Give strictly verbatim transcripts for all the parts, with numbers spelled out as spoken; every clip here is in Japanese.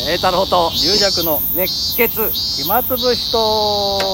栄太郎と龍尺の熱血暇つぶしと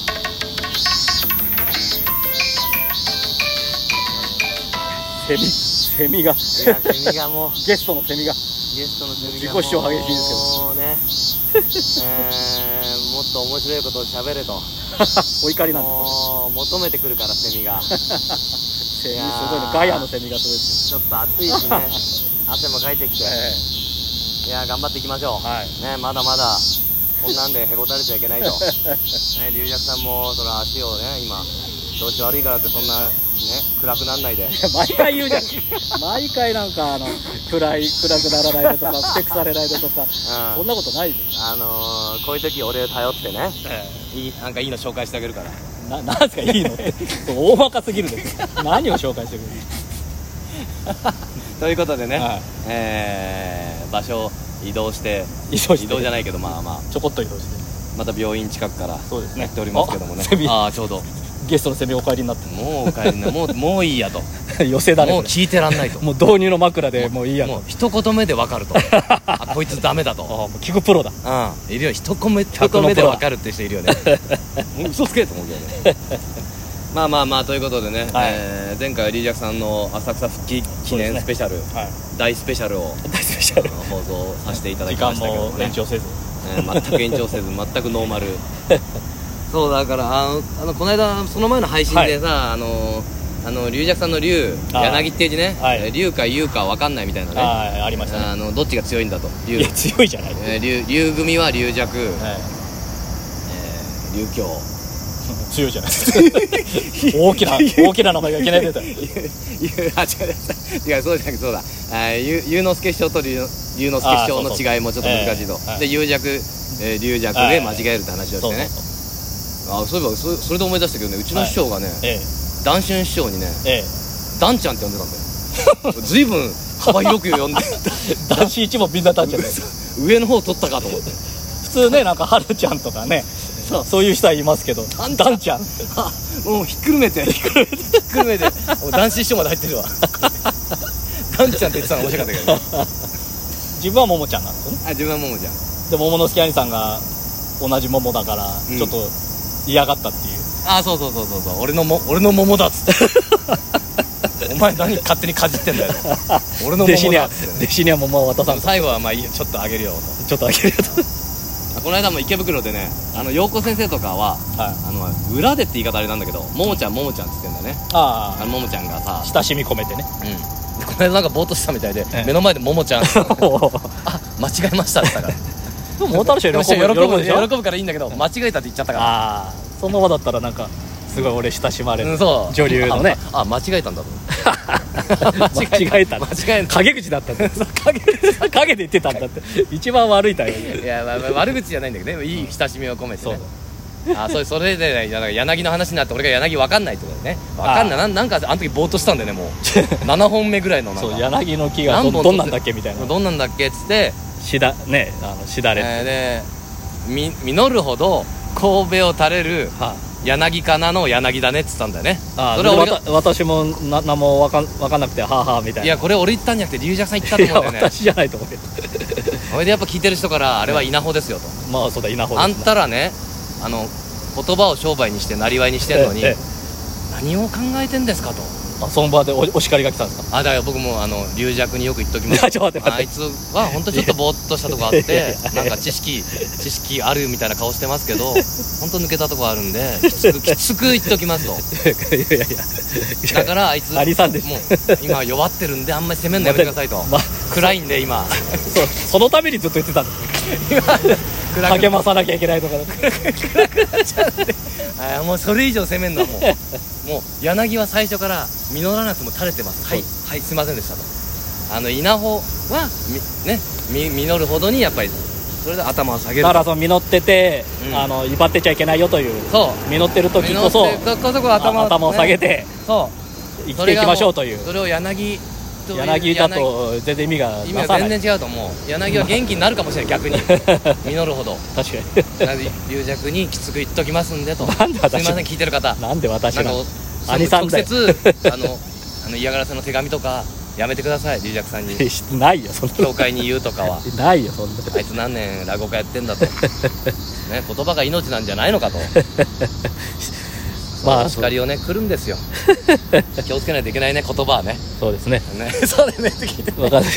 セミセミがいやセミがもうゲストのセミがゲストのセミが自己主張激しいですもうねえー、もっと面白いことを喋れとお怒りなんですもう求めてくるからセミがセミすごいね、ガヤのセミがすごいですちょっと暑いしね汗もかいてきて、 えいや頑張っていきましょう、 はいね、まだまだこんなんでへこたれちゃいけないと、ね、龍尺さんもその足をね今調子悪いからってそんなね暗くなんないで毎回言うじゃん毎回なんかあの暗い暗くならないでとかふてくされないでとか、うん、そんなことないですあのー、こういう時俺を頼ってね、ええ、いいなんかいいの紹介してあげるからな、なんですかいいのって大バカすぎるんです何を紹介してくれるということでね、はい、 えー、場所を移動して移動して移動じゃないけどまあまあちょこっと移動してまた病院近くからそうですねやっておりますけどもねああちょうどゲストのセミお帰りになってもうお帰りなもうもういいやと寄せだねもう聞いてらんないともう導入の枕でもういいやともう一言目で分かるとあこいつダメだとあもう聞くプロだうんいるよ一言目一言目で分かるって人いるよねもう嘘つけと思うけどねまあまあまあということでね、はい、えー、前回は龍尺さんの浅草復帰記念スペシャル、ねはい、大スペシャルを大スペシャル放送させていただきましたけど、ね、 時間も延長せず、 えー、全く延長せず全くノーマルそうだからあのあのこの間その前の配信でさ、はい、あのあの龍尺さんの龍柳っていう字ね、はい、龍か優か分かんないみたいなねあ, ありましたねあのどっちが強いんだといや強いじゃない、 えー、龍, 龍組は龍尺、はい、えー、龍京強いじゃないですか大きな大きな名前がいきなり出たあ違う違うそうじゃなくてそうだ龍之介師匠と龍之介師匠の違いもちょっと難しいと、えー、で龍尺、えー、龍尺で間違えるって話をしてね、あそういえば そ, それで思い出したけどねうちの師匠がね、はいええ、談春師匠にね、ええ、ダンちゃんって呼んでたんだよ随分幅広く呼んで男子一もみんなダンちゃんで上の方取ったかと思って普通ねなんかはるちゃんとかねそう、そういう人はいますけどダンちゃんもうひっくるめてひっくるめて男子師匠まで入ってるわダンちゃんって言ってたの面白かったけど、ね、 自分はももちゃんなんですよねあ自分はももちゃんで桃之助兄さんが同じ桃だから、うん、ちょっと嫌がったっていうあそうそうそうそうそう俺のも俺の桃だっつってお前何勝手にかじってんだよ俺の桃だっつって、ね、 弟子には桃を渡さん最後はまあちょっとあげるよとちょっとあげるよとこの間も池袋でねあの陽子先生とかは、はい、あの裏でって言い方あれなんだけどももちゃんももちゃんって言ってんだよねああももちゃんがさ親しみ込めてねうんこの間なんかぼーっとしたみたいで、ええ、目の前でももちゃんってあ間違えましたって言ったからでも桃太郎氏喜ぶ喜ぶ喜ぶからいいんだけど間違えたって言っちゃったからあそのままだったらなんかすごい俺親しまれる、 うん、そう女流のねあ, あ間違えたんだと間違えた間違えた陰口だったんだ陰陰で言ってたんだって一番悪いタイミングいや、まあ、悪口じゃないんだけどねいい親しみを込めてね、うん、あそ, それで、ね、柳の話になって俺が柳分かんないってことでね分かんない な, なんかあの時ぼーっとしたんだよねもうななほんめぐらいのなんかそう柳の木が ど, どんなんだっけみたいなどんなんだっけっつってしだねあのしだれ、 えー、でみ実るほど神戸を垂れる、はあ柳かなの柳だねっつったんだよねあそれ俺が私もな何も分かん、分かんなくてはあはあみたいないやこれ俺言ったんじゃなくて龍尺さん言ったと思うんだよね私じゃないと思うけどそれでやっぱ聞いてる人からあれは稲穂ですよとまあそうだ稲穂です、 あんたらねあの言葉を商売にしてなりわいにしてるのに、ええ、何を考えてんですかとあその場で お, お叱りが来たんですかあだから僕もあの龍尺によく言っときますちょっと待ってあいつは本当ちょっとぼーっとしたとこあってなんか知識知識あるみたいな顔してますけど本当抜けたとこあるんできつくきつく言っときますといやいやいやだからあいつアリさんですもう今弱ってるんであんまり攻めんのやめてくださいと、ま、暗いんで今そうそのためにずっと言ってたんです励まさなきゃいけないとか暗くなっちゃうんであもうそれ以上攻めんのはもうもう柳は最初から実らなくても垂れてますはいはいすいませんでしたとあの稲穂はみねみ実るほどにやっぱりそれで頭を下げるだからその実ってて、うん、あの威張ってちゃいけないよというそう実ってる時こそ実ってこそこ頭を、ね、 頭を下げてそう生きていきましょうというそれを柳柳だと全然意味が意味が全然違うと思う柳は元気になるかもしれない逆に実るほど確かに龍尺にきつく言っときますんでとなんで私すいません聞いてる方なんで私がなんか直接あのあの嫌がらせの手紙とかやめてください龍尺さんに。 ないよそんな教会に言うとかはないよそんなあいつ何年落語家やってんだとね、言葉が命なんじゃないのかとまあお叱りをね来るんですよ気をつけないといけないね言葉はね。 そうですねねそうだねって聞いて分かんない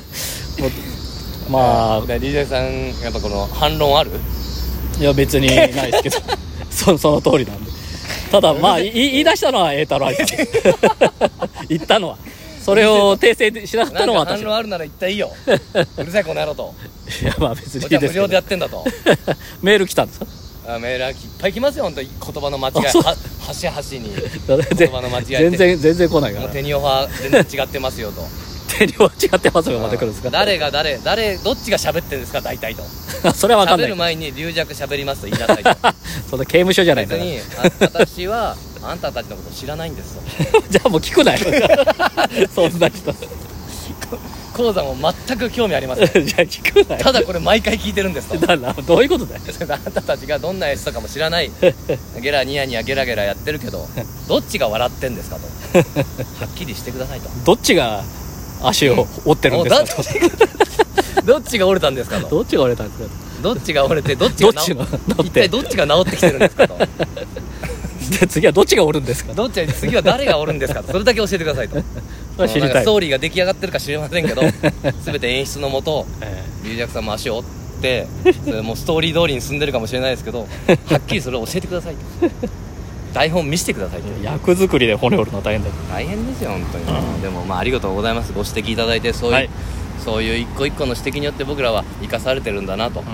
まあ龍尺さんやっぱこの反論ある？ いや別にないですけどそ, その通りなんで。ただまあ言い出したのは栄太郎言ったのはそれを訂正しなかったのは私。 なんか反論あるなら言ったらいいようるさいこの野郎と。 いやまあ別にいいですけど無料でやってんだとメール来たんですか？ あメールはいっぱい来ますよ本当に言葉の間違いは端々に言葉の間違い全然全然来ないからテニオ派全然違ってますよとテニオは違ってますよまた来るんですか？ 誰が誰誰どっちが喋ってんですか大体とそれは分かんない。 喋る前に龍尺喋りますと言いなさいとそんな刑務所じゃないんだ別に私はあんたたちのこと知らないんですとじゃあもう聞くなよそんな人講座も全く興味ありませんじゃあ聞くなよただこれ毎回聞いてるんですとだからどういうことだよあんたたちがどんなやつとかも知らないゲラニヤニヤゲラゲラやってるけどどっちが笑ってんですかとはっきりしてくださいとどっちが足を折ってるんですかとどっちが折れたんですかとどっちが折れたんですかどっちが折れてどっちがどっちの一体どっちが治ってきてるんですかとで次はどっちが折るん龍尺どっち次は誰が折るんですかとそれだけ教えてくださいとそれ知りたい。 ストーリーが出来上がってるか知りませんけど全て演出のもとえ龍尺さんも足を折ってそれもうストーリー通りに進んでるかもしれないですけどはっきりそれを教えてくださいと台本見せてくださいと。 え役作りで骨折るの大変だよ。 大変ですよ本当に、うん、でもまあありがとうございます。ご指摘いただいてそういう、はい、そういう一個一個の指摘によって僕らは生かされてるんだなと、うん、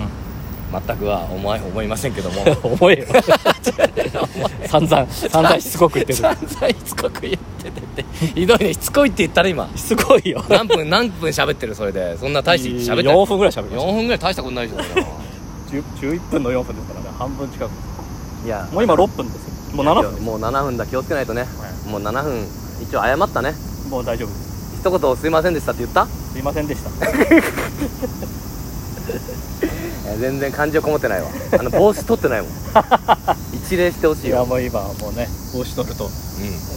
全くは思い思いませんけども思えよ散々散々しつこく言ってる散々しつこく言っててひどいねしつこいって言ったら今しつこいよ何分何分喋ってるそれでそんな大して喋ってよんぷんぐらい喋るよんぷんぐらい大したことないでしょじゅういっぷんのよんぷんですからね半分近く。 いやもう今ろっぷんですよ。もうななふんです。 もうななふんだ気をつけないとね、はい、もうななふん一応謝ったね。 もう大丈夫です。 一言すいませんでしたって言った？ すいませんでした全然感情こもってないわ。あの帽子取ってないもん一礼してほしいよ。 いやもう今もうね帽子取ると、うん、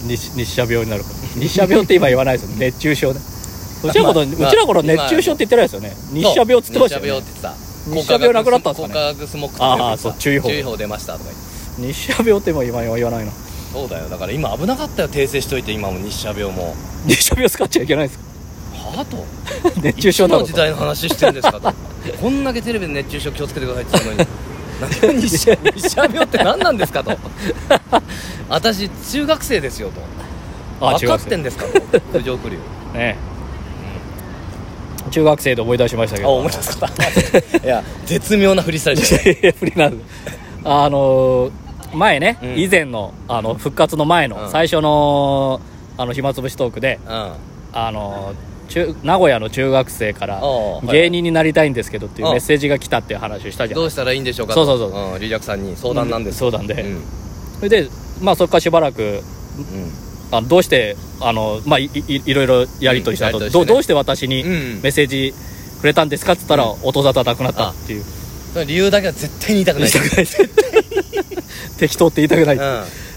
日, 日射病になるから日射病って今言わないですよ熱中症ねうちら頃、まあ、うちら頃熱中症って言ってないですよね。日射病って言ってましたよね。 日射病って言ってた。 日射病なくなったんですかね。 高化学スモックああそう注意報注意報出ましたとか言って。 日射病っても今言わないな。 そうだよだから今危なかったよ訂正しといて今も日射病も日射病使っちゃいけないんですかはあと熱中症だろいつの時代の話してるんですかとこんだけテレビで熱中症気をつけてくださいって言うのに何日射日射病って何なんですかと私中学生ですよと分かってんですかと九条九流ねえ中学生で思い出しましたけど。 あ思い出すかいや絶妙な振りされて振りなるあのー、前ね、うん、以前のあの復活の前の、うん、最初のあの暇つぶしトークで、うん、あの中名古屋の中学生から芸人になりたいんですけどっていうメッセージが来たっていう話をしたじゃん。 どうしたらいいんでしょうかと。そうそうそう、 うん、龍尺さんに相談なんです、 うん、相談で、うん、それでまあそれからしばらく、うん、あのどうしてあの、まあ、い, い, いろいろやりとりしたと、うんね、ど, どうして私にメッセージくれたんですかって言ったら、うん、音沙汰なくなったっていう、 その理由だけは絶対に言いたくない。 言いたくない適当って言いたくない、うん、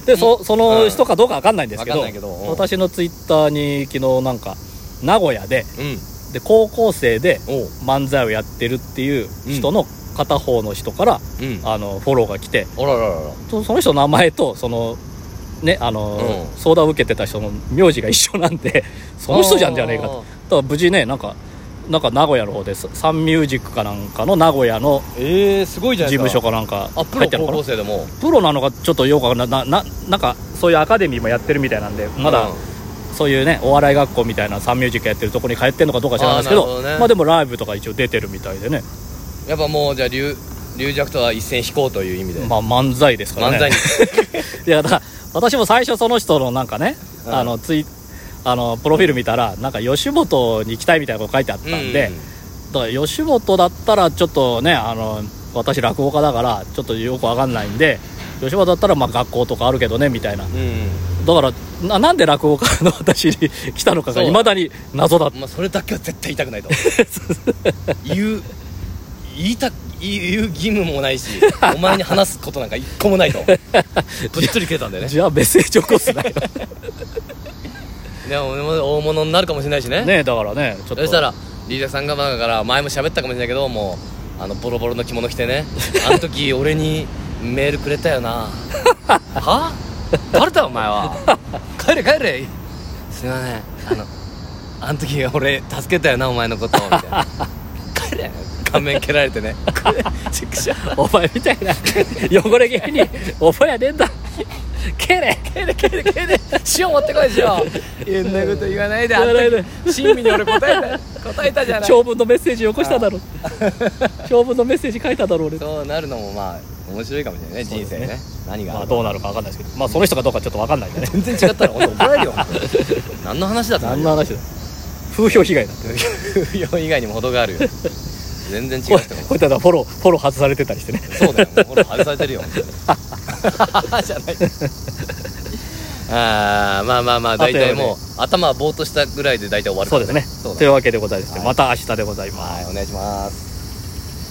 で そ, その人かどうか分かんないんですけ ど,、うん、けど私のツイッターに昨日なんか名古屋で、うん、で高校生で漫才をやってるっていう人の片方の人から、うん、あのフォローが来て、 あららららそ, その人の名前とそのねあの、うん、相談を受けてた人の名字が一緒なんでその人じゃんじゃねえかと。だから無事ねなんかなんか名古屋の方でサンミュージックかなんかの名古屋の事務所かなんか入ってるのかな。 高校生でもプロなのかちょっとよくわかんない な, な, なんかそういうアカデミーもやってるみたいなんでまだ、うん、そういうねお笑い学校みたいなサンミュージックやってるとこに通ってるのかどうか知らないですけ ど, ど、ね、まあでもライブとか一応出てるみたいでね。 やっぱもうじゃあ龍尺とは一線引こうという意味で、 まあ漫才ですからね。 漫才にいやだから私も最初その人のなんかね、うん、あのツイあのプロフィール見たらなんか吉本に行きたいみたいなこと書いてあったんで、うん、だから吉本だったらちょっとねあの私落語家だからちょっとよくわかんないんで吉本だったらまあ学校とかあるけどねみたいな、うん、だから な, なんで落語家の私に来たのかがいまだに謎だ。 まあ、それだけは絶対言いたくないと言う言いた言う義務もないしお前に話すことなんか一個もないとぶっつり切れたんだよね。 じゃあメッセージ起こすなよでも大物になるかもしれないしね。 ねだからねちょっとそしたらリーダーさんがだから前も喋ったかもしれないけどもうあのボロボロの着物着てねあの時俺にメールくれたよなは誰だお前は帰れ帰れすいませんあのあの時俺助けたよなお前のことみたいな帰れ顔面蹴られてねチクショお前みたいな汚れ芸人お前やねんだ蹴れ蹴れ蹴れ蹴れ塩持ってこい塩いんなこと言わないであんた親身に俺答えた答えたじゃない長文のメッセージよこしただろ長文のメッセージ書いただろ俺そうなるのもまあ面白いかもしれないね人生ね何があるか、 まあ、どうなるか分かんないですけどまあその人かどうかちょっと分かんないんでね全然違ったら本当怒られるよ何の話だったの何の話だ風評被害だって風評以外にも程があるよ全然違う人こういったらフォローフォロー外されてたりしてねそうだよもうフォロー外されてるよじゃないあまあまあまあ大体もう頭はぼーっとしたぐらいで大体終わるから、ね、 そうですねそうだねというわけでございまして、はい、また明日でございます。 はいお願いします。